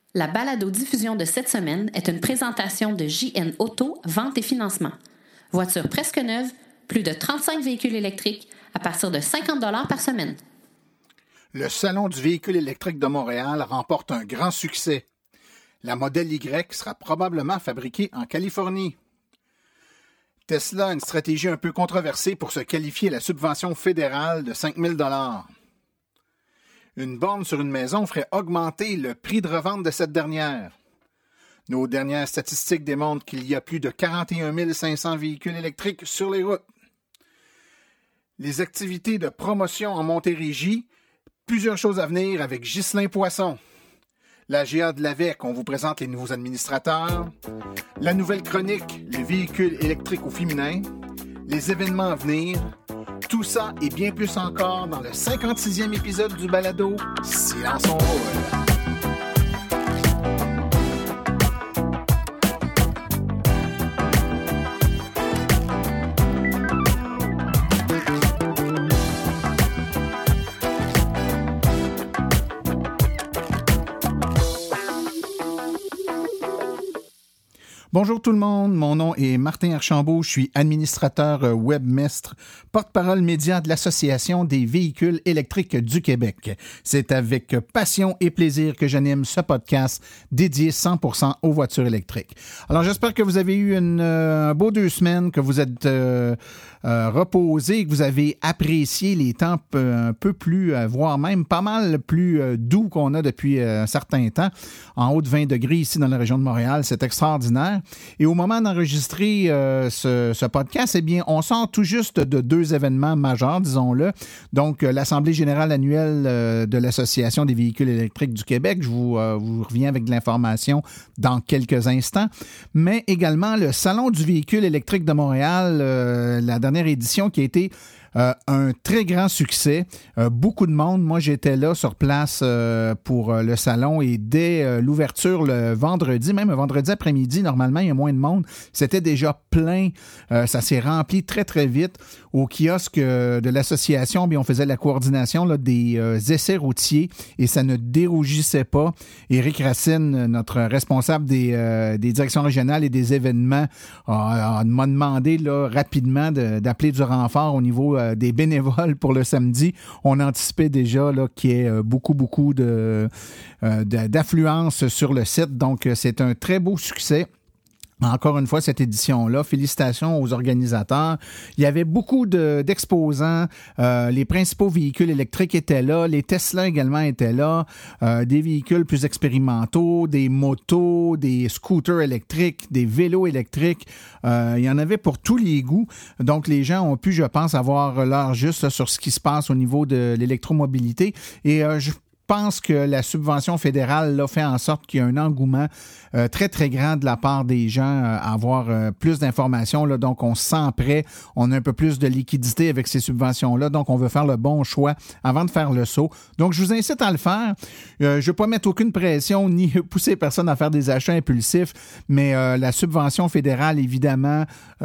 La balado-diffusion de cette semaine est une présentation de JN Auto, vente et financement. Voiture presque neuve, plus de 35 véhicules électriques à partir de 50 $ par semaine. Le Salon du véhicule électrique de Montréal remporte un grand succès. La Model Y sera probablement fabriquée en Californie. Tesla a une stratégie un peu controversée pour se qualifier la subvention fédérale de 5 000 $. Une borne sur une maison ferait augmenter le prix de revente de cette dernière. Nos dernières statistiques démontrent qu'il y a plus de 41 500 véhicules électriques sur les routes. Les activités de promotion en Montérégie, plusieurs choses à venir avec Ghislain Poisson. La GA de l'AVEC, on vous présente les nouveaux administrateurs. La nouvelle chronique, les véhicules électriques au féminin. Les événements à venir. Tout ça et bien plus encore dans le 56e épisode du balado Silence on roule. Bonjour tout le monde, mon nom est Martin Archambault, je suis administrateur webmestre, porte-parole média de l'Association des véhicules électriques du Québec. C'est avec passion et plaisir que j'anime ce podcast dédié 100% aux voitures électriques. Alors j'espère que vous avez eu un beau 2 semaines, que vous êtes reposés, que vous avez apprécié les temps un peu plus, voire même pas mal plus doux qu'on a depuis un certain temps. En haut de 20 degrés ici dans la région de Montréal, c'est extraordinaire. Et au moment d'enregistrer ce podcast, eh bien, on sort tout juste de 2 événements majeurs, disons-le. Donc, l'Assemblée générale annuelle de l'Association des véhicules électriques du Québec. Je vous reviens avec de l'information dans quelques instants. Mais également le Salon du véhicule électrique de Montréal, la dernière édition qui a été un très grand succès. Beaucoup de monde. Moi, j'étais là sur place pour le salon et dès l'ouverture le vendredi, même un vendredi après-midi, normalement, il y a moins de monde. C'était déjà plein. Ça s'est rempli très, très vite. Au kiosque de l'association, bien, on faisait la coordination là, des essais routiers et ça ne dérougissait pas. Éric Racine, notre responsable des directions régionales et des événements, m'a demandé là, rapidement d'appeler du renfort au niveau des bénévoles pour le samedi. On anticipait déjà là, qu'il y ait beaucoup d'affluence sur le site. Donc, c'est un très beau succès. Encore une fois, cette édition-là, félicitations aux organisateurs. Il y avait beaucoup d'exposants. Les principaux véhicules électriques étaient là. Les Tesla également étaient là. Des véhicules plus expérimentaux, des motos, des scooters électriques, des vélos électriques. Il y en avait pour tous les goûts. Donc, les gens ont pu, je pense, avoir l'heure juste là, sur ce qui se passe au niveau de l'électromobilité. Et je pense que la subvention fédérale là, fait en sorte qu'il y a un engouement très, très grand de la part des gens à avoir plus d'informations. Là. Donc, on se sent prêt. On a un peu plus de liquidité avec ces subventions-là. Donc, on veut faire le bon choix avant de faire le saut. Donc, je vous incite à le faire. Je ne veux pas mettre aucune pression ni pousser personne à faire des achats impulsifs, mais la subvention fédérale, évidemment,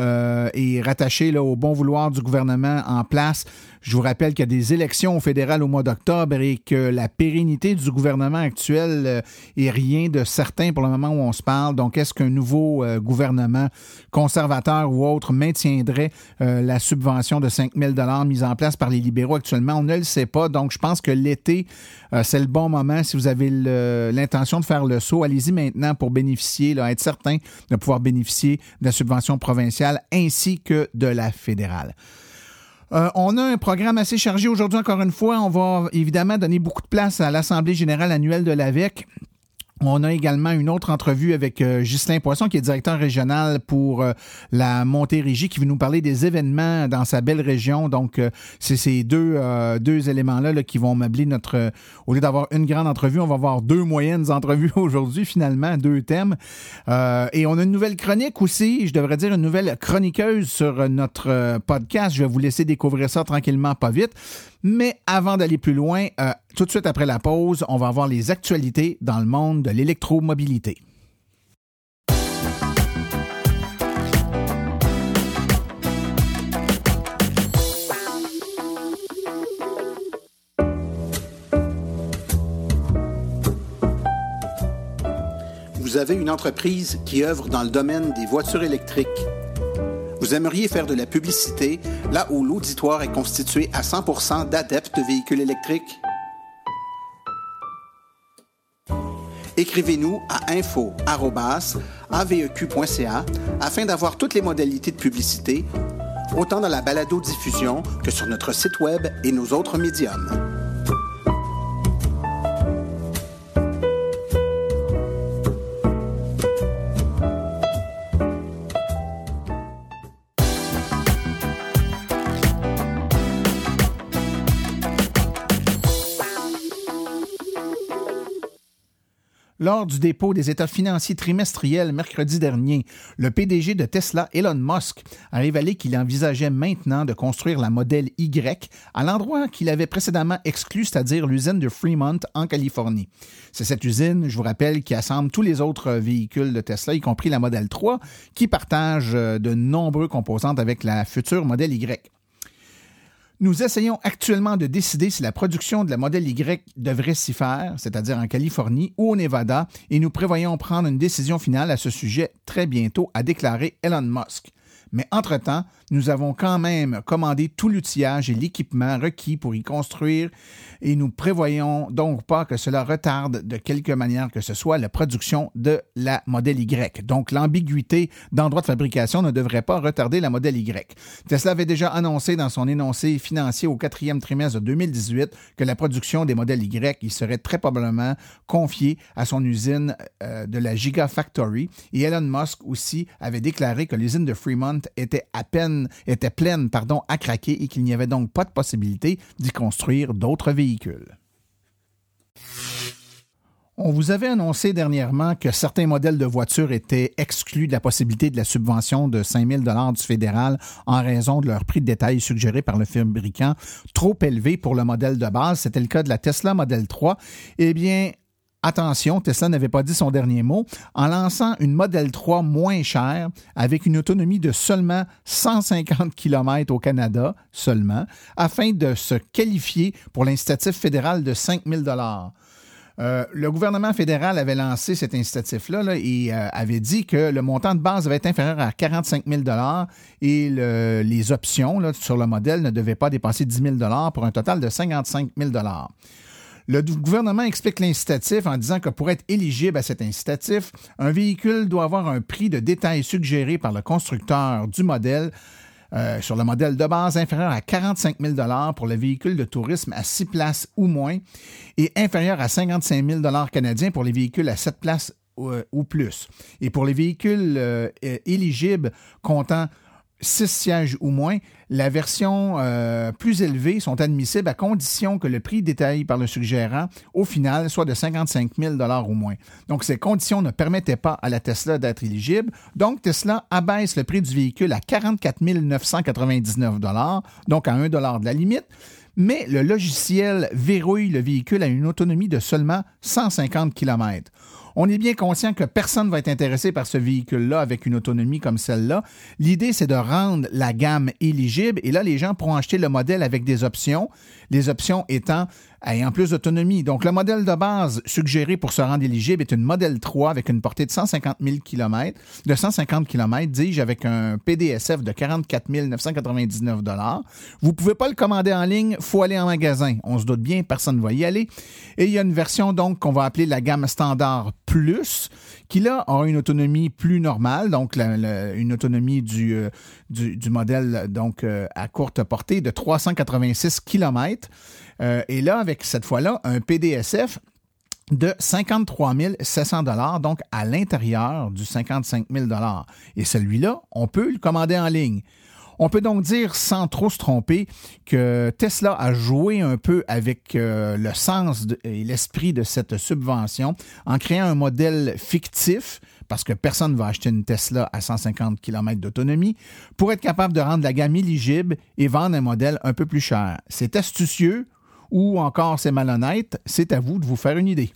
est rattachée là, au bon vouloir du gouvernement en place. Je vous rappelle qu'il y a des élections fédérales au mois d'octobre et que la pérennité du gouvernement actuel est rien de certain pour le moment où on se parle. Donc, est-ce qu'un nouveau gouvernement conservateur ou autre maintiendrait la subvention de 5 000 $ mise en place par les libéraux actuellement? On ne le sait pas. Donc, je pense que l'été, c'est le bon moment. Si vous avez l'intention de faire le saut, allez-y maintenant pour bénéficier, là, être certain de pouvoir bénéficier de la subvention provinciale ainsi que de la fédérale. On a un programme assez chargé aujourd'hui, encore une fois. On va évidemment donner beaucoup de place à l'Assemblée générale annuelle de l'AVEC. On a également une autre entrevue avec Ghislain Poisson, qui est directeur régional pour la Montérégie, qui va nous parler des événements dans sa belle région. Donc, c'est ces deux éléments-là là, qui vont meubler notre... Au lieu d'avoir une grande entrevue, on va avoir 2 moyennes entrevues aujourd'hui, finalement, 2 thèmes. Et on a une nouvelle chronique aussi, je devrais dire une nouvelle chroniqueuse sur notre podcast. Je vais vous laisser découvrir ça tranquillement, pas vite. Mais avant d'aller plus loin, tout de suite après la pause, on va avoir les actualités dans le monde de l'électromobilité. Vous avez une entreprise qui œuvre dans le domaine des voitures électriques. Vous aimeriez faire de la publicité là où l'auditoire est constitué à 100% d'adeptes de véhicules électriques? Écrivez-nous à info@aveq.ca afin d'avoir toutes les modalités de publicité, autant dans la balado-diffusion que sur notre site web et nos autres médiums. Lors du dépôt des états financiers trimestriels mercredi dernier, le PDG de Tesla, Elon Musk, a révélé qu'il envisageait maintenant de construire la Model Y à l'endroit qu'il avait précédemment exclu, c'est-à-dire l'usine de Fremont en Californie. C'est cette usine, je vous rappelle, qui assemble tous les autres véhicules de Tesla, y compris la Model 3, qui partage de nombreux composantes avec la future Model Y. Nous essayons actuellement de décider si la production de la Model Y devrait s'y faire, c'est-à-dire en Californie ou au Nevada, et nous prévoyons prendre une décision finale à ce sujet très bientôt, a déclaré Elon Musk. Mais entre-temps, nous avons quand même commandé tout l'outillage et l'équipement requis pour y construire et nous prévoyons donc pas que cela retarde de quelque manière que ce soit la production de la Model Y. Donc, l'ambiguïté d'endroit de fabrication ne devrait pas retarder la Model Y. Tesla avait déjà annoncé dans son énoncé financier au 4e trimestre de 2018 que la production des Model Y y serait très probablement confiée à son usine de la Gigafactory. Et Elon Musk aussi avait déclaré que l'usine de Fremont était pleine à craquer et qu'il n'y avait donc pas de possibilité d'y construire d'autres véhicules. On vous avait annoncé dernièrement que certains modèles de voitures étaient exclus de la possibilité de la subvention de 5 000 $ du fédéral en raison de leur prix de détail suggéré par le fabricant trop élevé pour le modèle de base. C'était le cas de la Tesla Model 3. Eh bien, attention, Tesla n'avait pas dit son dernier mot. En lançant une Model 3 moins chère, avec une autonomie de seulement 150 km au Canada, seulement, afin de se qualifier pour l'incitatif fédéral de 5 000 $. Le gouvernement fédéral avait lancé cet incitatif-là et avait dit que le montant de base devait être inférieur à 45 000 $ et les options sur le modèle ne devaient pas dépasser 10 000 $ pour un total de 55 000 $. Le gouvernement explique l'incitatif en disant que pour être éligible à cet incitatif, un véhicule doit avoir un prix de détail suggéré par le constructeur du modèle sur le modèle de base inférieur à 45 000 $ pour le véhicule de tourisme à 6 places ou moins et inférieur à 55 000 $ canadiens pour les véhicules à 7 places ou plus. Et pour les véhicules éligibles comptant 6 sièges ou moins, la version plus élevée sont admissibles à condition que le prix détaillé par le suggérant, au final, soit de 55 000 $ ou moins. Donc, ces conditions ne permettaient pas à la Tesla d'être éligible. Donc, Tesla abaisse le prix du véhicule à 44 999 $, donc à 1 $ de la limite. Mais le logiciel verrouille le véhicule à une autonomie de seulement 150 km. On est bien conscient que personne ne va être intéressé par ce véhicule-là avec une autonomie comme celle-là. L'idée, c'est de rendre la gamme éligible et là, les gens pourront acheter le modèle avec des options, les options étant ayant plus d'autonomie. Donc, le modèle de base suggéré pour se rendre éligible est une Model 3 avec une portée de 150 km, dis-je, avec un PDSF de 44 999 $. Vous ne pouvez pas le commander en ligne, il faut aller en magasin. On se doute bien, personne ne va y aller. Et il y a une version donc qu'on va appeler la gamme standard plus, qui là aura une autonomie plus normale, donc une autonomie du modèle donc à courte portée de 386 km. Et là, avec cette fois-là, un PDSF de 53 700 $, donc à l'intérieur du 55 000 $. Et celui-là, on peut le commander en ligne. On peut donc dire, sans trop se tromper, que Tesla a joué un peu avec le sens et l'esprit de cette subvention en créant un modèle fictif, parce que personne ne va acheter une Tesla à 150 km d'autonomie, pour être capable de rendre la gamme éligible et vendre un modèle un peu plus cher. C'est astucieux ou encore c'est malhonnête, c'est à vous de vous faire une idée.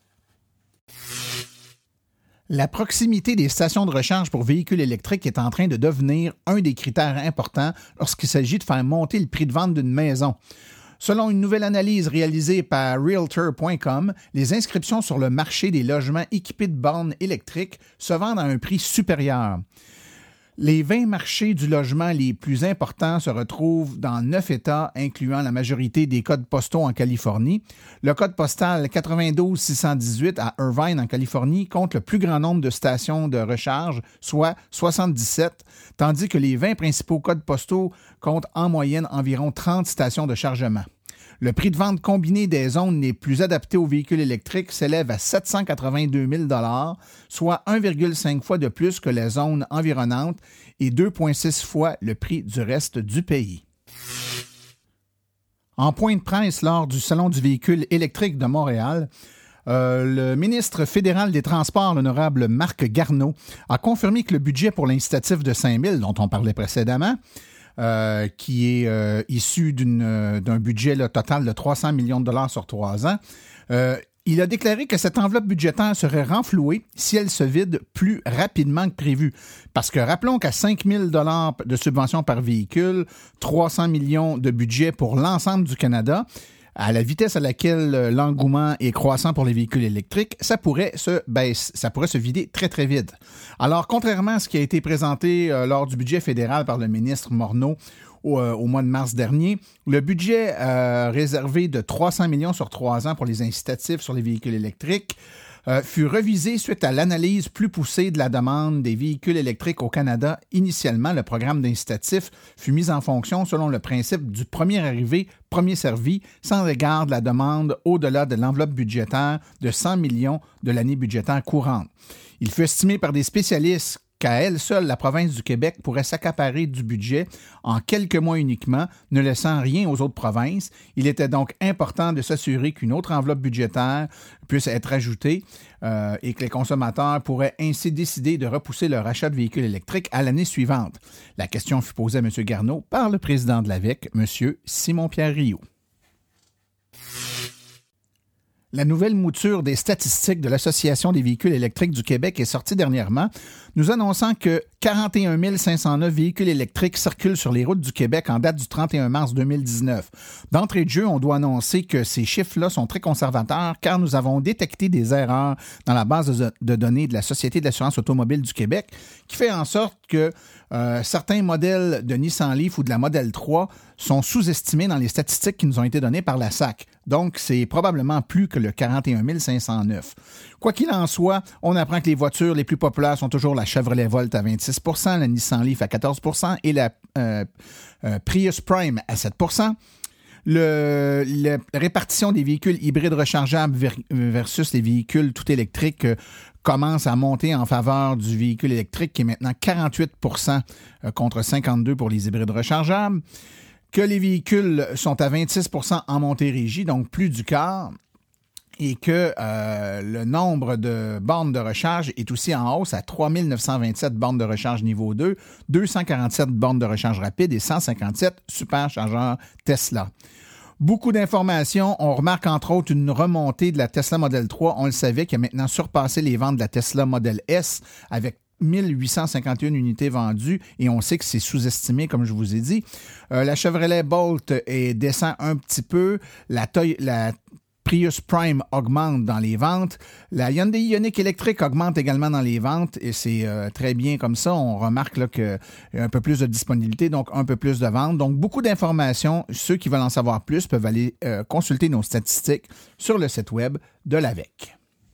La proximité des stations de recharge pour véhicules électriques est en train de devenir un des critères importants lorsqu'il s'agit de faire monter le prix de vente d'une maison. Selon une nouvelle analyse réalisée par Realtor.com, les inscriptions sur le marché des logements équipés de bornes électriques se vendent à un prix supérieur. Les 20 marchés du logement les plus importants se retrouvent dans 9 États, incluant la majorité des codes postaux en Californie. Le code postal 92618 à Irvine, en Californie, compte le plus grand nombre de stations de recharge, soit 77, tandis que les 20 principaux codes postaux comptent en moyenne environ 30 stations de chargement. Le prix de vente combiné des zones les plus adaptées aux véhicules électriques s'élève à 782 000 $, soit 1,5 fois de plus que les zones environnantes et 2,6 fois le prix du reste du pays. En point de presse lors du Salon du véhicule électrique de Montréal, le ministre fédéral des Transports, l'honorable Marc Garneau, a confirmé que le budget pour l'incitatif de 5 000, dont on parlait précédemment, qui est issu d'un budget total de 300 millions de dollars sur 3 ans. Il a déclaré que cette enveloppe budgétaire serait renflouée si elle se vide plus rapidement que prévu. Parce que rappelons qu'à 5 000 $ de subventions par véhicule, 300 millions de budget pour l'ensemble du Canada, à la vitesse à laquelle l'engouement est croissant pour les véhicules électriques, ça pourrait se vider très, très vite. Alors, contrairement à ce qui a été présenté lors du budget fédéral par le ministre Morneau au mois de mars dernier, le budget réservé de 300 millions sur 3 ans pour les incitatifs sur les véhicules électriques fut revisé suite à l'analyse plus poussée de la demande des véhicules électriques au Canada. Initialement, le programme d'incitatif fut mis en fonction selon le principe du premier arrivé, premier servi, sans égard de la demande au-delà de l'enveloppe budgétaire de 100 millions de l'année budgétaire courante. Il fut estimé par des spécialistes qu'à elle seule, la province du Québec pourrait s'accaparer du budget en quelques mois uniquement, ne laissant rien aux autres provinces. Il était donc important de s'assurer qu'une autre enveloppe budgétaire puisse être ajoutée et que les consommateurs pourraient ainsi décider de repousser leur achat de véhicules électriques à l'année suivante. La question fut posée à M. Garneau par le président de l'AVEQ, M. Simon-Pierre Rioux. La nouvelle mouture des statistiques de l'Association des véhicules électriques du Québec est sortie dernièrement, nous annonçant que 41 509 véhicules électriques circulent sur les routes du Québec en date du 31 mars 2019. D'entrée de jeu, on doit annoncer que ces chiffres-là sont très conservateurs car nous avons détecté des erreurs dans la base de données de la Société d'assurance automobile du Québec qui fait en sorte que certains modèles de Nissan Leaf ou de la Model 3 sont sous-estimés dans les statistiques qui nous ont été données par la SAC. Donc, c'est probablement plus que le 41 509. Quoi qu'il en soit, on apprend que les voitures les plus populaires sont toujours la Chevrolet Volt à 26 %, la Nissan Leaf à 14 % et la Prius Prime à 7 %. La répartition des véhicules hybrides rechargeables versus les véhicules tout électriques commence à monter en faveur du véhicule électrique qui est maintenant 48 % contre 52 % pour les hybrides rechargeables. Que les véhicules sont à 26 % en Montérégie, donc plus du quart, et que le nombre de bornes de recharge est aussi en hausse à 3 927 bornes de recharge niveau 2, 247 bornes de recharge rapide et 157 superchargeurs Tesla. Beaucoup d'informations. On remarque entre autres une remontée de la Tesla Model 3. On le savait, qui a maintenant surpassé les ventes de la Tesla Model S avec 1851 unités vendues et on sait que c'est sous-estimé, comme je vous ai dit. La Chevrolet Bolt descend un petit peu. La Prius Prime augmente dans les ventes. La Hyundai Ioniq électrique augmente également dans les ventes et c'est très bien comme ça. On remarque là qu'il y a un peu plus de disponibilité, donc un peu plus de ventes. Donc, beaucoup d'informations. Ceux qui veulent en savoir plus peuvent aller consulter nos statistiques sur le site web de l'AVEQ.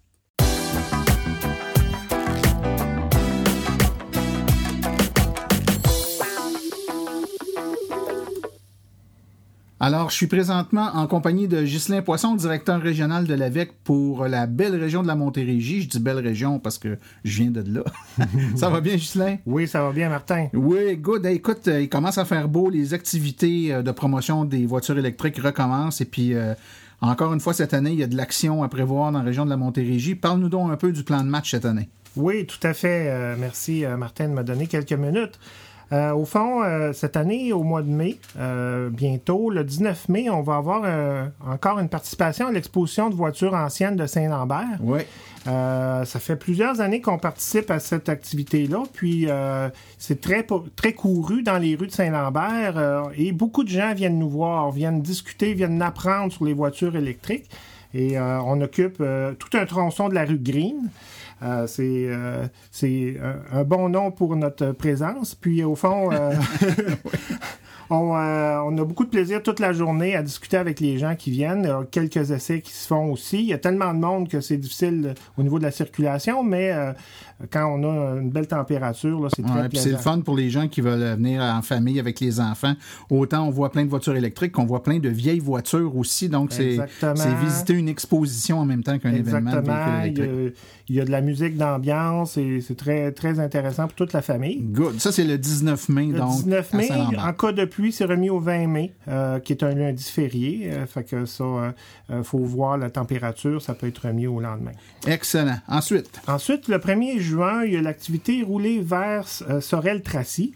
Alors, je suis présentement en compagnie de Ghislain Poisson, directeur régional de l'AVEQ pour la belle région de la Montérégie. Je dis belle région parce que je viens de là. Ça va bien, Ghislain? Oui, ça va bien, Martin. Oui, good. Hey, écoute, il commence à faire beau. Les activités de promotion des voitures électriques recommencent. Et puis, encore une fois, cette année, il y a de l'action à prévoir dans la région de la Montérégie. Parle-nous donc un peu du plan de match cette année. Oui, tout à fait. Merci, Martin, de me donner quelques minutes. Au fond, cette année, au mois de mai, bientôt, le 19 mai, on va avoir encore une participation à l'exposition de voitures anciennes de Saint-Lambert. Oui. Ça fait plusieurs années qu'on participe à cette activité-là, puis c'est très couru dans les rues de Saint-Lambert et beaucoup de gens viennent nous voir, viennent discuter, viennent apprendre sur les voitures électriques. Et on occupe tout un tronçon de la rue Green. C'est un bon nom pour notre présence. Puis au fond, on a beaucoup de plaisir toute la journée à discuter avec les gens qui viennent. Il y a quelques essais qui se font aussi. Il y a tellement de monde que c'est difficile au niveau de la circulation, mais quand on a une belle température, là, c'est très plaisant. C'est le fun pour les gens qui veulent venir en famille avec les enfants. Autant on voit plein de voitures électriques qu'on voit plein de vieilles voitures aussi. Donc, c'est visiter une exposition en même temps qu'un événement de véhicule électrique. Il y a de la musique d'ambiance et c'est très, très intéressant pour toute la famille. Good. Ça, c'est le 19 mai, donc. Le 19 mai, en cas de pluie, c'est remis au 20 mai, qui est un lundi férié. Fait que ça, faut voir la température, ça peut être remis au lendemain. Excellent. Ensuite, le 1er juin, il y a l'activité Rouler vers Sorel-Tracy,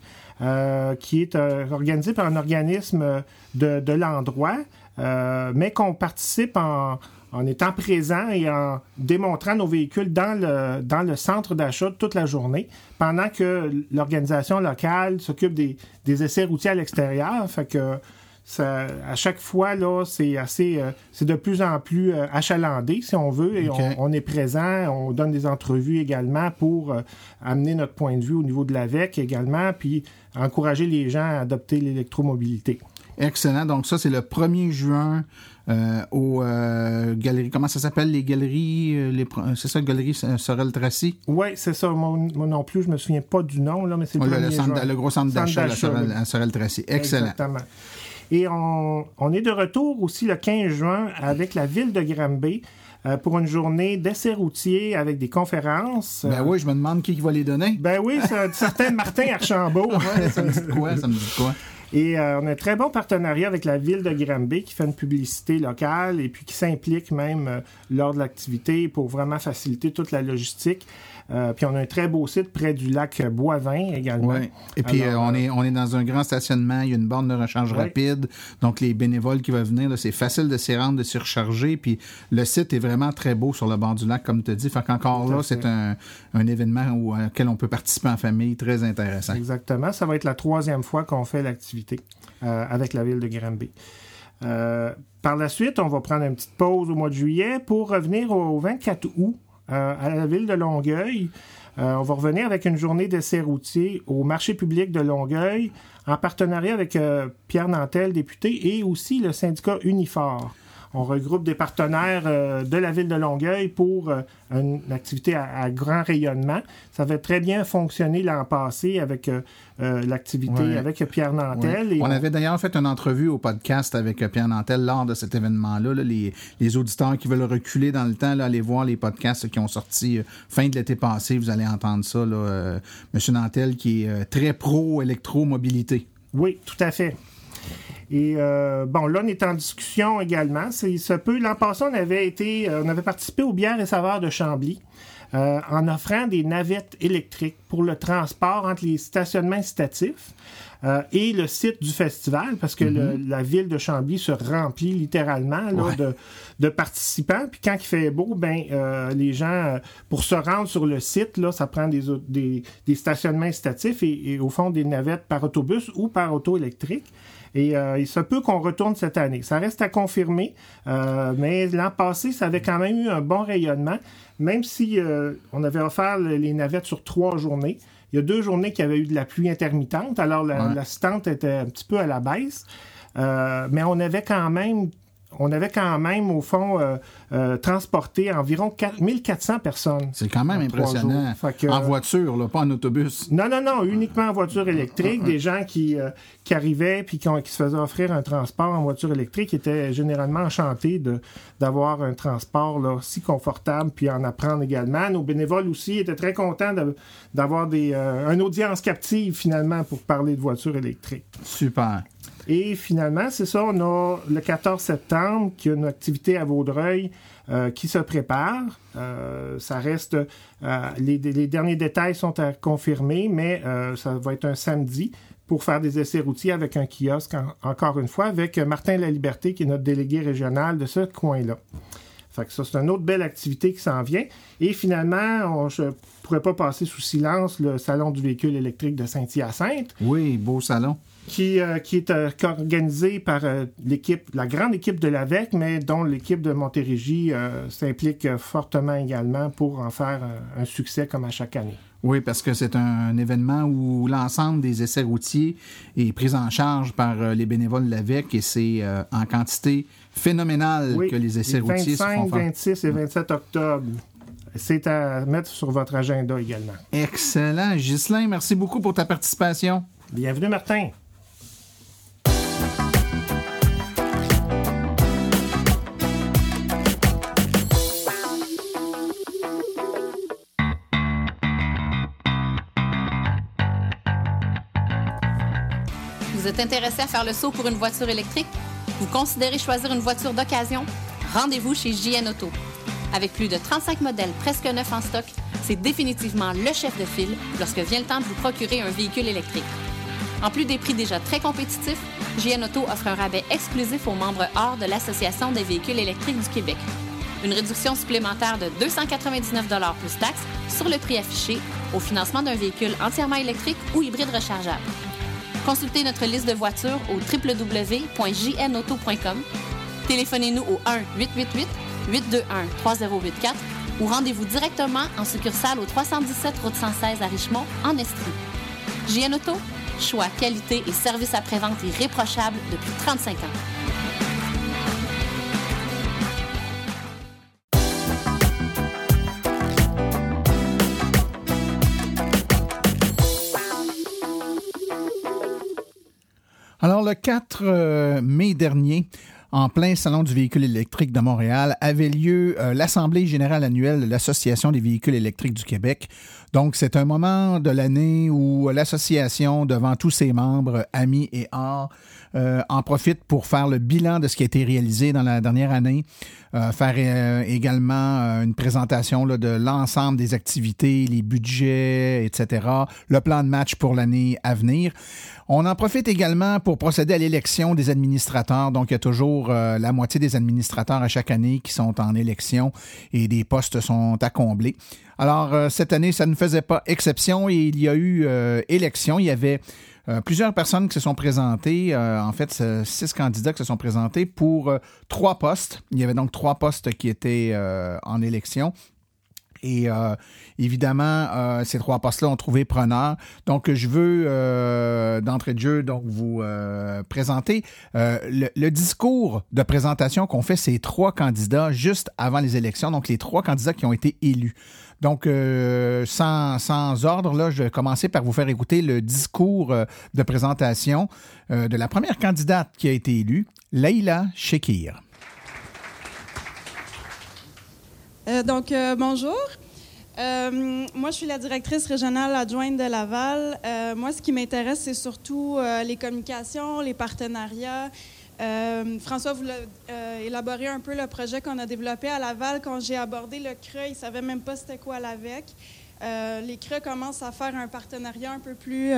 qui est organisée par un organisme de l'endroit, mais qu'on participe en étant présent et en démontrant nos véhicules dans le centre d'achat toute la journée, pendant que l'organisation locale s'occupe des essais routiers à l'extérieur. Fait que ça, à chaque fois, là, c'est de plus en plus achalandé, si on veut, et on est présent, on donne des entrevues également pour amener notre point de vue au niveau de l'AVEC également, puis encourager les gens à adopter l'électromobilité. Excellent. Donc ça, c'est le 1er juin aux galeries. Comment ça s'appelle, les galeries? C'est ça, Galerie Sorel-Tracy? Oui, c'est ça. Moi non plus, je me souviens pas du nom, là, mais c'est le 1er juin. Le gros centre d'achat à Sorel-Tracy. Excellent. Exactement. Et on est de retour aussi le 15 juin avec la ville de Granby pour une journée d'essais routiers avec des conférences. Ben oui, je me demande qui va les donner. Ben oui, c'est un certain Martin Archambault. Ça me dit quoi? Et on a un très bon partenariat avec la ville de Granby qui fait une publicité locale et puis qui s'implique même lors de l'activité pour vraiment faciliter toute la logistique. Puis on a un très beau site près du lac Boivin également. Oui. Et puis on est dans un grand stationnement, il y a une borne de recharge rapide. Donc les bénévoles qui vont venir, là, c'est facile de s'y rendre, de s'y recharger. Puis le site est vraiment très beau sur le bord du lac, comme tu as dit. Fait qu'encore là, c'est un événement auquel on peut participer en famille, très intéressant. Exactement. Ça va être la 3e fois qu'on fait l'activité avec la ville de Granby. Par la suite, on va prendre une petite pause au mois de juillet pour revenir au 24 août. À la ville de Longueuil. On va revenir avec une journée d'essais routiers au marché public de Longueuil en partenariat avec Pierre Nantel, député, et aussi le syndicat Unifor. On regroupe des partenaires de la ville de Longueuil pour une activité à grand rayonnement. Ça avait très bien fonctionné l'an passé avec l'activité avec Pierre Nantel. Ouais. On avait d'ailleurs fait une entrevue au podcast avec Pierre Nantel lors de cet événement-là. Là, les auditeurs qui veulent reculer dans le temps, là, allez voir les podcasts qui ont sorti fin de l'été passé. Vous allez entendre ça. Là, M. Nantel qui est très pro-électromobilité. Oui, tout à fait. Et là, on est en discussion également. L'an passé, on avait participé aux bières et saveurs de Chambly en offrant des navettes électriques pour le transport entre les stationnements incitatifs et le site du festival, parce que la ville de Chambly se remplit littéralement de participants. Puis quand il fait beau, les gens, pour se rendre sur le site, là, ça prend des stationnements incitatifs et au fond des navettes par autobus ou par auto électrique. Et il se peut qu'on retourne cette année. Ça reste à confirmer, mais l'an passé, ça avait quand même eu un bon rayonnement, même si on avait offert les navettes sur 3 journées. Il y a 2 journées qui avaient eu de la pluie intermittente, alors l'assistante était un petit peu à la baisse, mais on avait quand même, au fond, transporté environ 1400 personnes. C'est quand même impressionnant. En voiture, là, pas en autobus. Non, uniquement en voiture électrique. Des gens qui arrivaient puis qui se faisaient offrir un transport en voiture électrique étaient généralement enchantés d'avoir un transport là, si confortable puis en apprendre également. Nos bénévoles aussi étaient très contents d'avoir une audience captive, finalement, pour parler de voiture électrique. Super. Et finalement, c'est ça, on a le 14 septembre, qui a une activité à Vaudreuil qui se prépare. Ça reste... les derniers détails sont à confirmer, mais ça va être un samedi pour faire des essais routiers avec un kiosque, encore une fois, avec Martin Laliberté, qui est notre délégué régional de ce coin-là. Fait que ça, c'est une autre belle activité qui s'en vient. Et finalement, je ne pourrais pas passer sous silence le Salon du véhicule électrique de Saint-Hyacinthe. Oui, beau salon. Qui est organisé par la grande équipe de l'AVEC, mais dont l'équipe de Montérégie s'implique fortement également pour en faire un succès comme à chaque année. Oui, parce que c'est un événement où l'ensemble des essais routiers est pris en charge par les bénévoles de l'AVEC et c'est en quantité phénoménale que les essais routiers se font faire. 26 et 27 octobre. C'est à mettre sur votre agenda également. Excellent. Ghislain, merci beaucoup pour ta participation. Bienvenue, Martin. Vous êtes intéressé à faire le saut pour une voiture électrique? Vous considérez choisir une voiture d'occasion? Rendez-vous chez JN Auto. Avec plus de 35 modèles presque neufs en stock, c'est définitivement le chef de file lorsque vient le temps de vous procurer un véhicule électrique. En plus des prix déjà très compétitifs, JN Auto offre un rabais exclusif aux membres hors de l'Association des véhicules électriques du Québec. Une réduction supplémentaire de 299 $ plus taxes sur le prix affiché au financement d'un véhicule entièrement électrique ou hybride rechargeable. Consultez notre liste de voitures au www.jnauto.com. Téléphonez-nous au 1-888-821-3084 ou rendez-vous directement en succursale au 317 route 116 à Richemont, en Estrie. JN Auto, choix, qualité et service après-vente irréprochable depuis 35 ans. Alors, le 4 mai dernier, en plein Salon du véhicule électrique de Montréal, avait lieu l'Assemblée générale annuelle de l'Association des véhicules électriques du Québec. Donc, c'est un moment de l'année où l'association, devant tous ses membres, amis et hors, en profite pour faire le bilan de ce qui a été réalisé dans la dernière année, faire également une présentation là, de l'ensemble des activités, les budgets, etc., le plan de match pour l'année à venir. On en profite également pour procéder à l'élection des administrateurs. Donc, il y a toujours la moitié des administrateurs à chaque année qui sont en élection et des postes sont à combler. Alors, cette année, ça ne faisait pas exception et il y a eu élection. Il y avait plusieurs personnes qui se sont présentées. En fait, 6 candidats qui se sont présentés pour 3 postes. Il y avait donc 3 postes qui étaient en élection. Et évidemment, ces 3 postes-là ont trouvé preneur. Donc, je veux d'entrée de jeu donc vous présenter le discours de présentation qu'ont fait ces 3 candidats juste avant les élections. Donc, les 3 candidats qui ont été élus. Donc, sans ordre, là, je vais commencer par vous faire écouter le discours de présentation de la première candidate qui a été élue, Leïla Chekir. Bonjour. Moi, je suis la directrice régionale adjointe de Laval. Moi, ce qui m'intéresse, c'est surtout les communications, les partenariats. François voulait élaborer un peu le projet qu'on a développé à Laval. Quand j'ai abordé le CRE, il ne savait même pas c'était quoi l'AVEC. Les CRE commencent à faire un partenariat un peu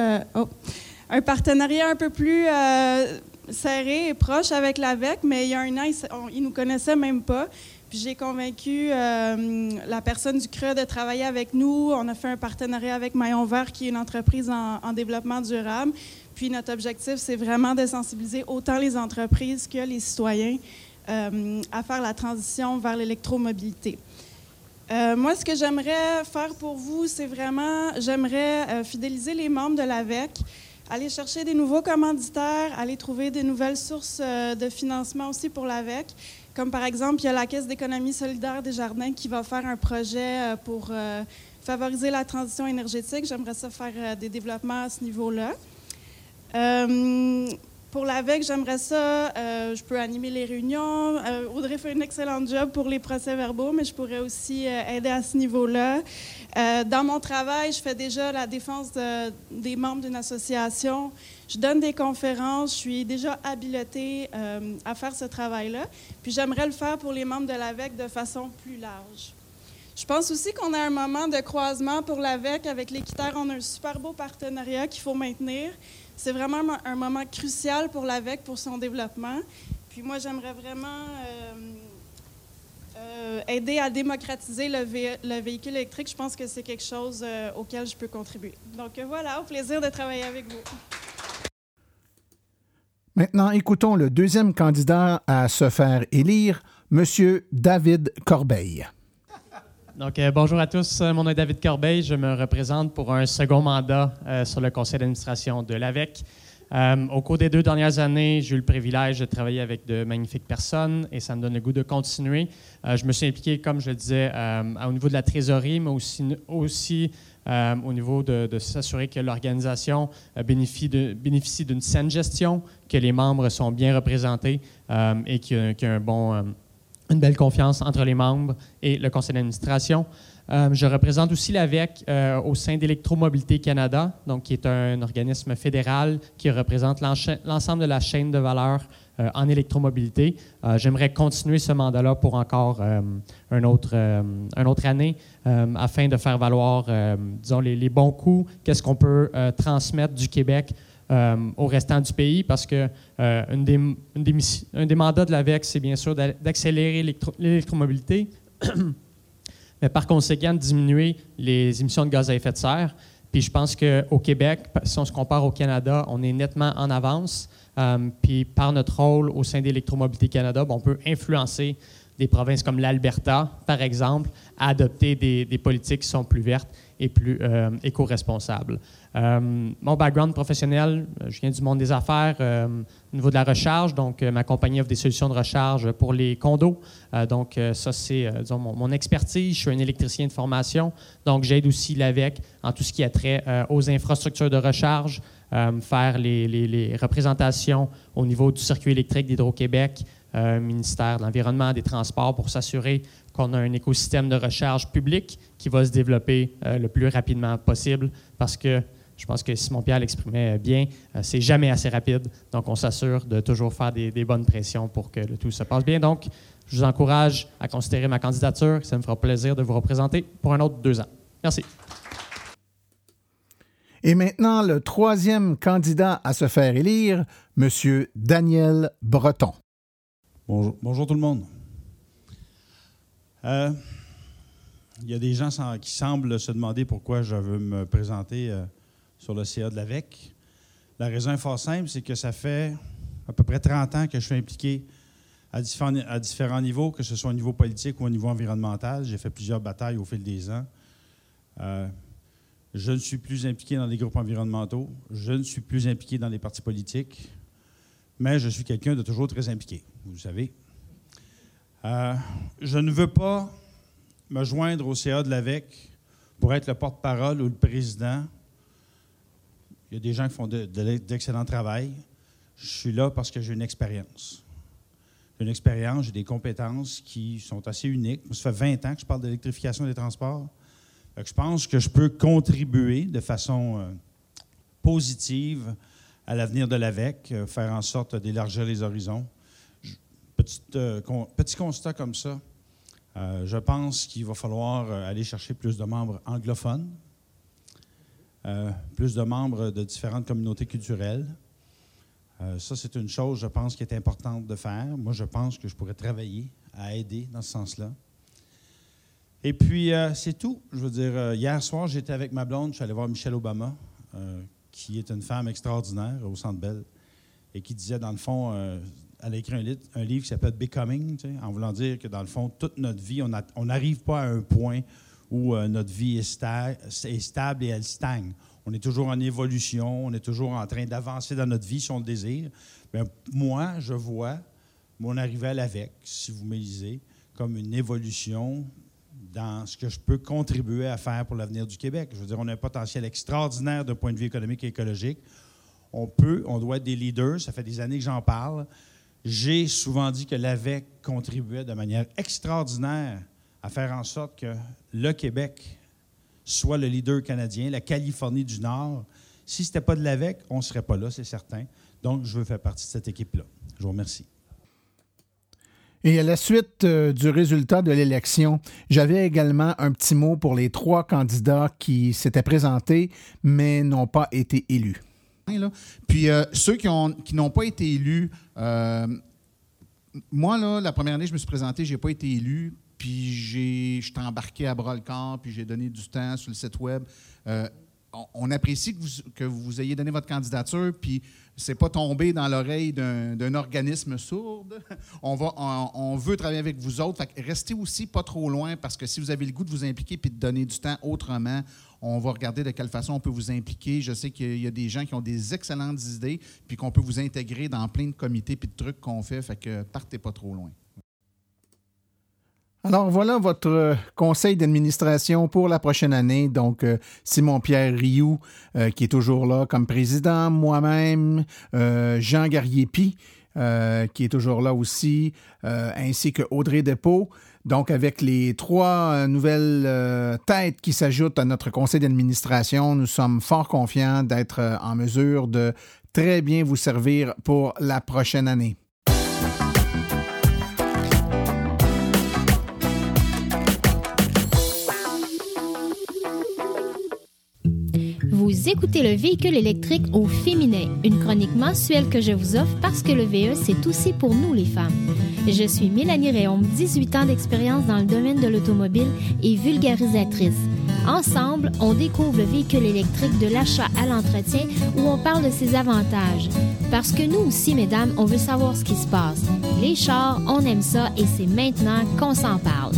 plus serré et proche avec l'AVEC, mais il y a un an, ils ne nous connaissaient même pas. Puis j'ai convaincu la personne du CRE de travailler avec nous. On a fait un partenariat avec Maillon Vert, qui est une entreprise en développement durable. Puis notre objectif, c'est vraiment de sensibiliser autant les entreprises que les citoyens à faire la transition vers l'électromobilité. Moi, ce que j'aimerais faire pour vous, c'est vraiment, j'aimerais fidéliser les membres de l'AVEC, aller chercher des nouveaux commanditaires, aller trouver des nouvelles sources de financement aussi pour l'AVEC. Comme par exemple, il y a la Caisse d'économie solidaire des Jardins qui va faire un projet pour favoriser la transition énergétique. J'aimerais ça faire des développements à ce niveau-là. Pour l'AVEC, j'aimerais ça. Je peux animer les réunions. Audrey fait un excellent job pour les procès-verbaux, mais je pourrais aussi aider à ce niveau-là. Dans mon travail, je fais déjà la défense des membres d'une association. Je donne des conférences. Je suis déjà habilitée à faire ce travail-là. Puis j'aimerais le faire pour les membres de l'AVEC de façon plus large. Je pense aussi qu'on a un moment de croisement pour l'AVEC avec l'Équiterre. On a un super beau partenariat qu'il faut maintenir. C'est vraiment un moment crucial pour l'AVEC, pour son développement. Puis moi, j'aimerais vraiment aider à démocratiser le véhicule électrique. Je pense que c'est quelque chose auquel je peux contribuer. Donc voilà, au plaisir de travailler avec vous. Maintenant, écoutons le deuxième candidat à se faire élire, M. David Corbeil. Donc, bonjour à tous. Mon nom est David Corbeil. Je me représente pour un second mandat sur le conseil d'administration de l'AVEC. Au cours des 2 dernières années, j'ai eu le privilège de travailler avec de magnifiques personnes et ça me donne le goût de continuer. Je me suis impliqué, comme je le disais, au niveau de la trésorerie, mais aussi au niveau de s'assurer que l'organisation bénéficie d'une saine gestion, que les membres sont bien représentés et qu'il y a une belle confiance entre les membres et le conseil d'administration. Je représente aussi l'AVEC au sein d'Électromobilité Canada, donc qui est un organisme fédéral qui représente l'ensemble de la chaîne de valeur en électromobilité. J'aimerais continuer ce mandat-là pour encore une autre année afin de faire valoir, disons, les bons coups, qu'est-ce qu'on peut transmettre du Québec au restant du pays, parce que un des mandats de l'AVEC, c'est bien sûr d'accélérer l'électromobilité, mais par conséquent, de diminuer les émissions de gaz à effet de serre. Puis je pense qu'au Québec, si on se compare au Canada, on est nettement en avance. Puis par notre rôle au sein d'Électromobilité Canada, on peut influencer des provinces comme l'Alberta, par exemple, à adopter des politiques qui sont plus vertes et plus éco-responsables. Mon background professionnel, je viens du monde des affaires au niveau de la recharge. Donc, ma compagnie offre des solutions de recharge pour les condos. Donc, ça, c'est disons, mon expertise. Je suis un électricien de formation. Donc, j'aide aussi l'AVEC en tout ce qui a trait aux infrastructures de recharge, faire les représentations au niveau du circuit électrique d'Hydro-Québec, ministère de l'Environnement, des Transports, pour s'assurer qu'on a un écosystème de recharge public qui va se développer le plus rapidement possible, parce que je pense que Simon-Pierre l'exprimait bien, c'est jamais assez rapide. Donc, on s'assure de toujours faire des bonnes pressions pour que le tout se passe bien. Donc, je vous encourage à considérer ma candidature. Ça me fera plaisir de vous représenter pour un autre 2 ans. Merci. Et maintenant, le troisième candidat à se faire élire, M. Daniel Breton. Bonjour tout le monde. Il y a des gens qui semblent se demander pourquoi je veux me présenter sur le CA de l'AVEC. La raison est fort simple, c'est que ça fait à peu près 30 ans que je suis impliqué à différents niveaux, que ce soit au niveau politique ou au niveau environnemental. J'ai fait plusieurs batailles au fil des ans. Je ne suis plus impliqué dans les groupes environnementaux. Je ne suis plus impliqué dans les partis politiques. Mais je suis quelqu'un de toujours très impliqué, vous le savez. Je ne veux pas me joindre au CA de l'AVEC pour être le porte-parole ou le président. Il y a des gens qui font d'excellent travail. Je suis là parce que j'ai une expérience. J'ai une expérience, j'ai des compétences qui sont assez uniques. Ça fait 20 ans que je parle d'électrification des transports. Je pense que je peux contribuer de façon positive à l'avenir de l'AVEC, faire en sorte d'élargir les horizons. Petit constat comme ça, je pense qu'il va falloir aller chercher plus de membres anglophones, plus de membres de différentes communautés culturelles. Ça, c'est une chose, je pense, qui est importante de faire. Moi, je pense que je pourrais travailler à aider dans ce sens-là. Et puis, c'est tout. Je veux dire, hier soir, j'étais avec ma blonde, je suis allé voir Michelle Obama, qui est une femme extraordinaire au Centre Bell, et qui disait, dans le fond, elle a écrit un livre qui s'appelle « Becoming », tu sais, en voulant dire que, dans le fond, toute notre vie, on n'arrive pas à un point où notre vie est stable et elle stagne. On est toujours en évolution, on est toujours en train d'avancer dans notre vie, si on le désire. Bien, moi, je vois mon arrivée à l'AVEC, si vous me lisez, comme une évolution dans ce que je peux contribuer à faire pour l'avenir du Québec. Je veux dire, on a un potentiel extraordinaire d'un point de vue économique et écologique. on doit être des leaders. Ça fait des années que j'en parle. J'ai souvent dit que l'AVEC contribuait de manière extraordinaire à faire en sorte que le Québec soit le leader canadien, la Californie du Nord. Si ce n'était pas de l'AVEC, on ne serait pas là, c'est certain. Donc, je veux faire partie de cette équipe-là. Je vous remercie. Et à la suite du résultat de l'élection, j'avais également un petit mot pour les 3 candidats qui s'étaient présentés, mais n'ont pas été élus. Puis ceux qui n'ont pas été élus, moi, là, la première année, je me suis présenté, je n'ai pas été élu, puis je suis embarqué à bras-le-corps, puis j'ai donné du temps sur le site web. On apprécie que vous ayez donné votre candidature, puis c'est pas tombé dans l'oreille d'un organisme sourd. On veut travailler avec vous autres. Fait que restez aussi pas trop loin, parce que si vous avez le goût de vous impliquer puis de donner du temps autrement, on va regarder de quelle façon on peut vous impliquer. Je sais qu'il y a des gens qui ont des excellentes idées, puis qu'on peut vous intégrer dans plein de comités puis de trucs qu'on fait. Fait que partez pas trop loin. Alors voilà votre conseil d'administration pour la prochaine année. Donc, Simon-Pierre Rioux, qui est toujours là comme président, moi-même, Jean Garriépi, qui est toujours là aussi, ainsi que Audrey Despaux. Donc, avec les 3 nouvelles têtes qui s'ajoutent à notre conseil d'administration, nous sommes fort confiants d'être en mesure de très bien vous servir pour la prochaine année. Vous écoutez le véhicule électrique au féminin, une chronique mensuelle que je vous offre parce que le VE, c'est aussi pour nous les femmes. Je suis Mélanie Réaume, 18 ans d'expérience dans le domaine de l'automobile et vulgarisatrice. Ensemble, on découvre le véhicule électrique de l'achat à l'entretien où on parle de ses avantages. Parce que nous aussi, mesdames, on veut savoir ce qui se passe. Les chars, on aime ça et c'est maintenant qu'on s'en parle.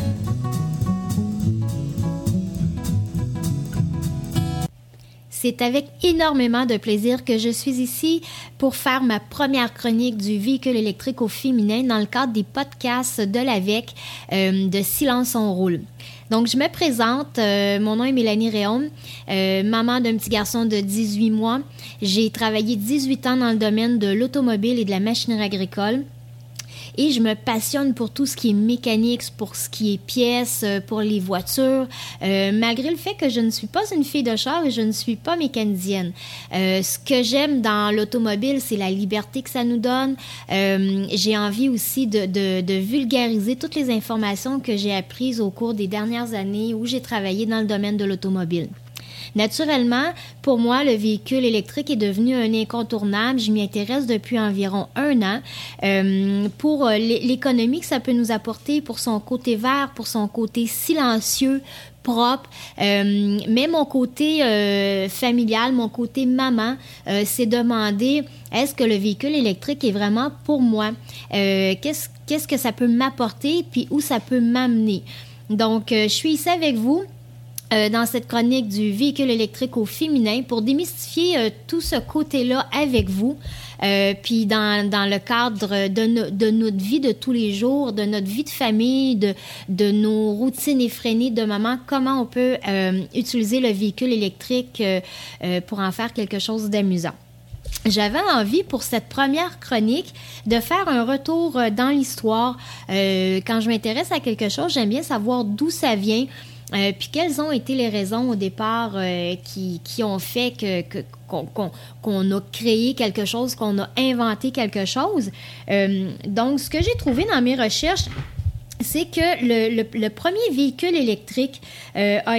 C'est avec énormément de plaisir que je suis ici pour faire ma première chronique du véhicule électrique au féminin dans le cadre des podcasts de l'AVEC de Silence on roule. Donc, je me présente. Mon nom est Mélanie Réaume, maman d'un petit garçon de 18 mois. J'ai travaillé 18 ans dans le domaine de l'automobile et de la machinerie agricole. Et je me passionne pour tout ce qui est mécanique, pour ce qui est pièces, pour les voitures, malgré le fait que je ne suis pas une fille de char et je ne suis pas mécanicienne. Ce que j'aime dans l'automobile, c'est la liberté que ça nous donne. J'ai envie aussi de vulgariser toutes les informations que j'ai apprises au cours des dernières années où j'ai travaillé dans le domaine de l'automobile. Naturellement, pour moi, le véhicule électrique est devenu un incontournable. Je m'y intéresse depuis environ 1 an pour l'économie que ça peut nous apporter, pour son côté vert, pour son côté silencieux, propre, mais mon côté familial, mon côté maman, s'est demandé, est-ce que le véhicule électrique est vraiment pour moi? Qu'est-ce que ça peut m'apporter, puis où ça peut m'amener? Donc, je suis ici avec vous dans cette chronique du véhicule électrique au féminin pour démystifier tout ce côté-là avec vous. Puis dans le cadre de notre vie de tous les jours, de notre vie de famille, de nos routines effrénées de maman, comment on peut utiliser le véhicule électrique pour en faire quelque chose d'amusant. J'avais envie pour cette première chronique de faire un retour dans l'histoire. Quand je m'intéresse à quelque chose, j'aime bien savoir d'où ça vient. Puis quelles ont été les raisons au départ qui ont fait qu'on a créé quelque chose, qu'on a inventé quelque chose. Donc, ce que j'ai trouvé dans mes recherches, c'est que le premier véhicule électrique a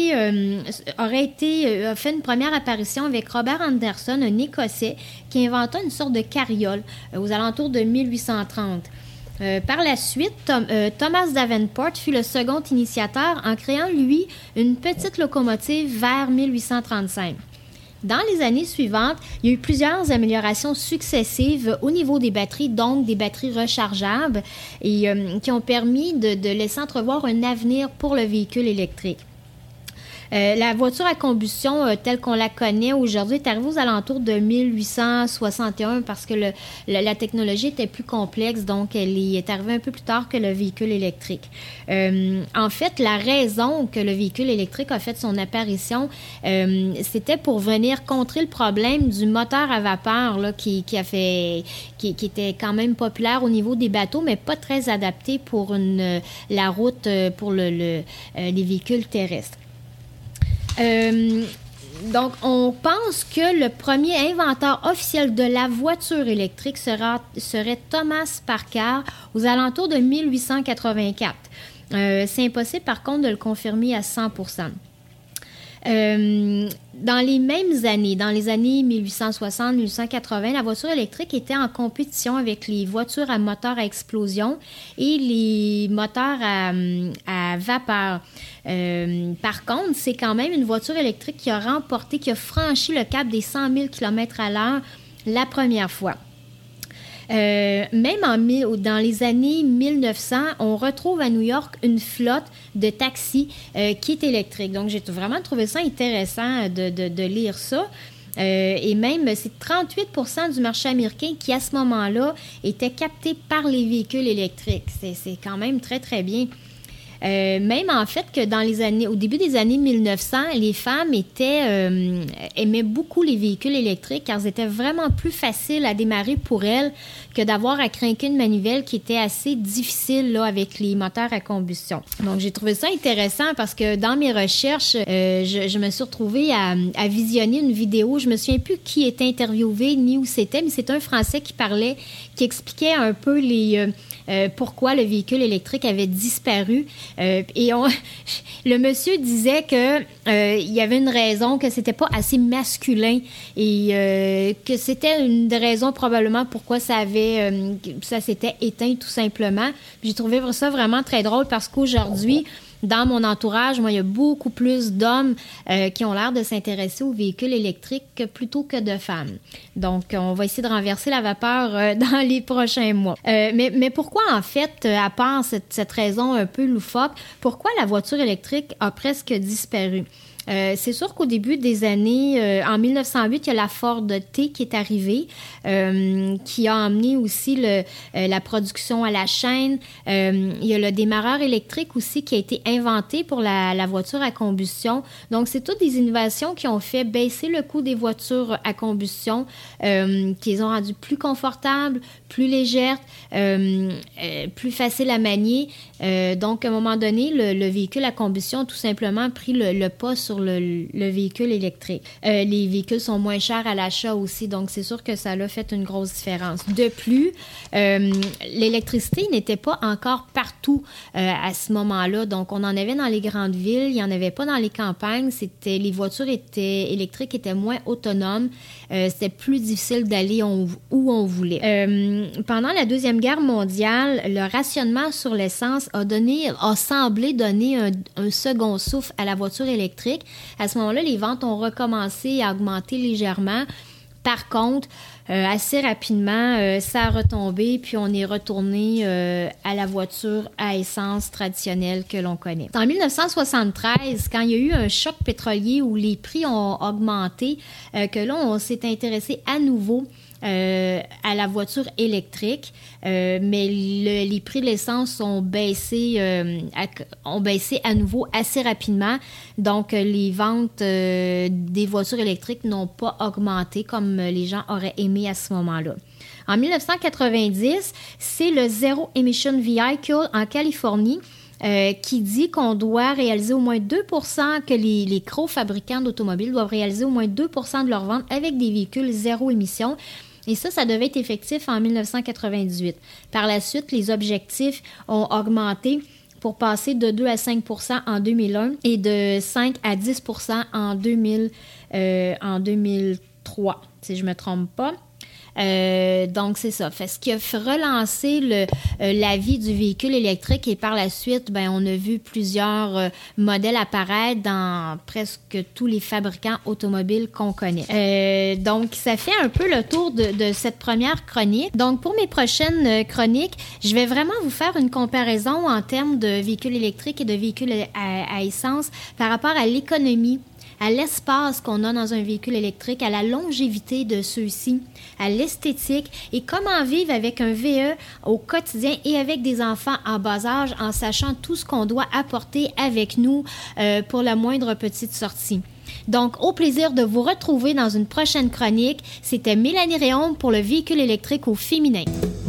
fait une première apparition avec Robert Anderson, un Écossais, qui inventa une sorte de carriole aux alentours de 1830. Par la suite, Thomas Davenport fut le second initiateur en créant, lui, une petite locomotive vers 1835. Dans les années suivantes, il y a eu plusieurs améliorations successives au niveau des batteries, donc des batteries rechargeables, et qui ont permis de laisser entrevoir un avenir pour le véhicule électrique. La voiture à combustion telle qu'on la connaît aujourd'hui est arrivée aux alentours de 1861 parce que la technologie était plus complexe, donc elle est arrivée un peu plus tard que le véhicule électrique. En fait, la raison que le véhicule électrique a fait son apparition, c'était pour venir contrer le problème du moteur à vapeur là, qui était quand même populaire au niveau des bateaux, mais pas très adapté pour la route pour les véhicules terrestres. Donc, on pense que le premier inventeur officiel de la voiture électrique serait Thomas Parker aux alentours de 1884. C'est impossible, par contre, de le confirmer à 100%. Dans les mêmes années, dans les années 1860-1880, la voiture électrique était en compétition avec les voitures à moteur à explosion et les moteurs à vapeur. Par contre, c'est quand même une voiture électrique qui a franchi le cap des 100 000 km à l'heure la première fois. Même dans les années 1900, on retrouve à New York une flotte de taxis qui est électrique. Donc, j'ai vraiment trouvé ça intéressant de lire ça. Et même, c'est 38% du marché américain qui, à ce moment-là, était capté par les véhicules électriques. C'est quand même très, très bien. Même en fait que au début des années 1900, les femmes aimaient beaucoup les véhicules électriques car c'était vraiment plus facile à démarrer pour elles que d'avoir à crinquer une manivelle qui était assez difficile là, avec les moteurs à combustion. Donc, j'ai trouvé ça intéressant parce que dans mes recherches, je me suis retrouvée à visionner une vidéo. Je me souviens plus qui était interviewé ni où c'était, mais c'est un Français qui expliquait un peu pourquoi le véhicule électrique avait disparu. Le monsieur disait que il y avait une raison, que c'était pas assez masculin et que c'était une des raisons probablement pourquoi ça s'était éteint tout simplement. Puis j'ai trouvé ça vraiment très drôle parce qu'aujourd'hui, dans mon entourage, moi, il y a beaucoup plus d'hommes qui ont l'air de s'intéresser aux véhicules électriques plutôt que de femmes. Donc, on va essayer de renverser la vapeur dans les prochains mois. Mais pourquoi, en fait, à part cette raison un peu loufoque, pourquoi la voiture électrique a presque disparu? C'est sûr qu'au début des années, en 1908, il y a la Ford T qui est arrivée, qui a emmené aussi la production à la chaîne. Il y a le démarreur électrique aussi qui a été inventé pour la voiture à combustion. Donc, c'est toutes des innovations qui ont fait baisser le coût des voitures à combustion, qui les ont rendues plus confortables, plus légères, plus faciles à manier. Donc, à un moment donné, le véhicule à combustion a tout simplement pris le pas sur le véhicule électrique. Les véhicules sont moins chers à l'achat aussi, donc c'est sûr que ça a fait une grosse différence. De plus, l'électricité n'était pas encore partout à ce moment-là, donc on en avait dans les grandes villes, il n'y en avait pas dans les campagnes, les voitures électriques étaient moins autonomes, c'était plus difficile d'aller où on voulait. Pendant la Deuxième Guerre mondiale, le rationnement sur l'essence a semblé donner un second souffle à la voiture électrique. À ce moment-là, les ventes ont recommencé à augmenter légèrement. Par contre, assez rapidement, ça a retombé, puis on est retourné à la voiture à essence traditionnelle que l'on connaît. En 1973, quand il y a eu un choc pétrolier où les prix ont augmenté, que là, on s'est intéressé à nouveau à la voiture électrique, mais les prix de l'essence ont baissé à nouveau assez rapidement. Donc, les ventes des voitures électriques n'ont pas augmenté comme les gens auraient aimé à ce moment-là. En 1990, c'est le Zero Emission Vehicle en Californie qui dit qu'on doit réaliser au moins 2%, que les gros fabricants d'automobiles doivent réaliser au moins 2% de leurs ventes avec des véhicules zéro émission. Et ça devait être effectif en 1998. Par la suite, les objectifs ont augmenté pour passer de 2 à 5 % en 2001 et de 5 à 10 % en 2003, si je ne me trompe pas. Donc, c'est ça. Fait ce qui a relancé la vie du véhicule électrique et par la suite, on a vu plusieurs modèles apparaître dans presque tous les fabricants automobiles qu'on connaît. Donc, ça fait un peu le tour de cette première chronique. Donc, pour mes prochaines chroniques, je vais vraiment vous faire une comparaison en termes de véhicules électriques et de véhicules à essence par rapport à l'économie, à l'espace qu'on a dans un véhicule électrique, à la longévité de ceux-ci, à l'esthétique et comment vivre avec un VE au quotidien et avec des enfants en bas âge en sachant tout ce qu'on doit apporter avec nous pour la moindre petite sortie. Donc, au plaisir de vous retrouver dans une prochaine chronique. C'était Mélanie Réaume pour le véhicule électrique au féminin.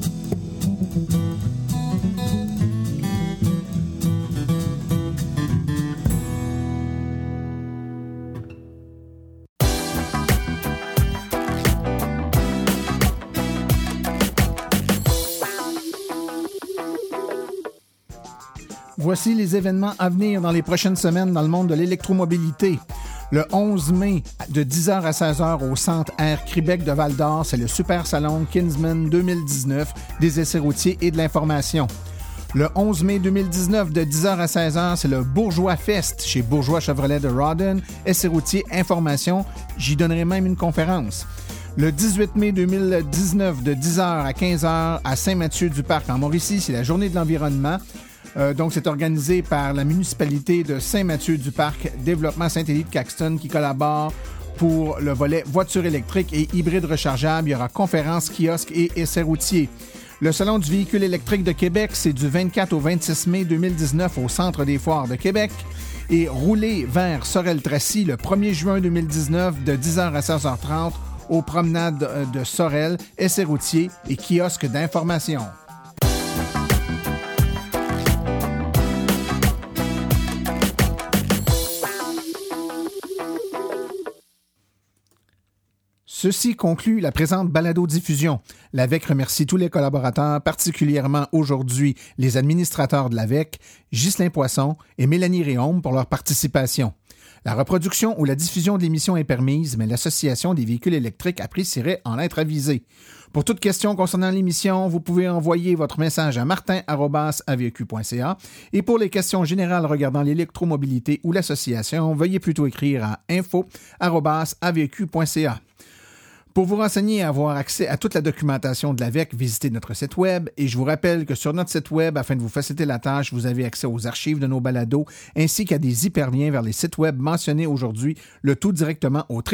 Voici les événements à venir dans les prochaines semaines dans le monde de l'électromobilité. Le 11 mai, de 10h à 16h au Centre Air Québec de Val-d'Or, c'est le Super Salon Kinsman 2019 des essais routiers et de l'information. Le 11 mai 2019, de 10h à 16h, c'est le Bourgeois Fest chez Bourgeois Chevrolet de Rawdon, essais routiers, information. J'y donnerai même une conférence. Le 18 mai 2019, de 10h à 15h à Saint-Mathieu-du-Parc en Mauricie, c'est la Journée de l'environnement. Donc, c'est organisé par la municipalité de Saint-Mathieu-du-Parc, Développement Saint-Élie-de-Caxton qui collabore pour le volet voiture électrique et hybride rechargeable. Il y aura conférences, kiosques et essais routiers. Le Salon du véhicule électrique de Québec, c'est du 24 au 26 mai 2019 au Centre des foires de Québec. Et rouler vers Sorel-Tracy le 1er juin 2019 de 10h à 16h30 aux promenades de Sorel, essais routiers et kiosques d'information. Ceci conclut la présente balado-diffusion. L'AVEC remercie tous les collaborateurs, particulièrement aujourd'hui les administrateurs de l'AVEC, Ghislain Poisson et Mélanie Réaume pour leur participation. La reproduction ou la diffusion de l'émission est permise, mais l'Association des véhicules électriques apprécierait en être avisée. Pour toute question concernant l'émission, vous pouvez envoyer votre message à martin@aveq.ca et pour les questions générales regardant l'électromobilité ou l'association, veuillez plutôt écrire à info@aveq.ca. Pour vous renseigner et avoir accès à toute la documentation de l'AVEC, visitez notre site web. Et je vous rappelle que sur notre site web, afin de vous faciliter la tâche, vous avez accès aux archives de nos balados ainsi qu'à des hyperliens vers les sites web mentionnés aujourd'hui, le tout directement au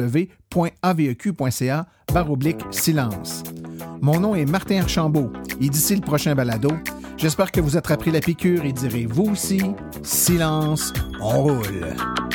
www.aveq.ca/silence. Mon nom est Martin Archambault et d'ici le prochain balado, j'espère que vous attraperez la piqûre et direz vous aussi, silence, on roule.